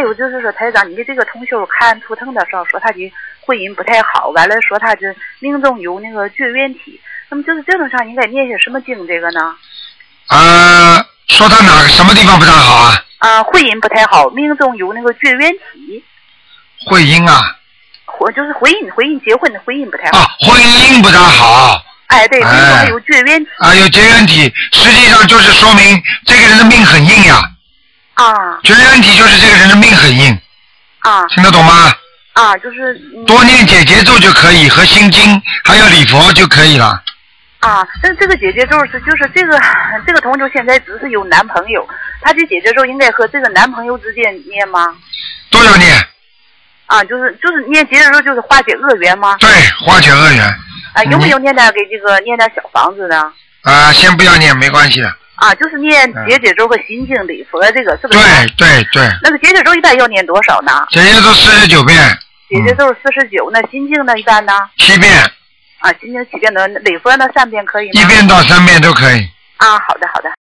有就是说，台长，你的这个同修看图腾的时候说他的婚姻不太好，完了说他这命中有那个绝缘体，那么就是这种上应该念些什么经这个呢？ 说他什么地方不太好啊？ 婚姻不太好，命中有那个绝缘体。 婚姻啊？ 就是婚姻结婚的婚姻不太好。 婚姻不太好。 哎，对，命中还有绝缘体。 有绝缘体，实际上就是说明这个人的命很硬呀。绝缘体就是这个人的命很硬。听得懂吗？ 就是多念解结咒就可以，和心经还有礼佛就可以了。 但这个解结咒就是这个同修现在只是有男朋友，他的解结咒应该和这个男朋友之间念吗？ 都要念。 就是念解结咒就是化解恶缘吗？ 对，化解恶缘。 有没有念点念点小房子呢？ 先不要念，没关系的。 就是念解结咒和心经礼佛这个是不是？ 对。 那个解结咒一般要念多少呢？ 解结咒49遍。 解结咒49，那心经呢一般呢 ？7遍。 心经7遍的，礼佛呢3遍可以吗？ 1遍到3遍都可以。 好的。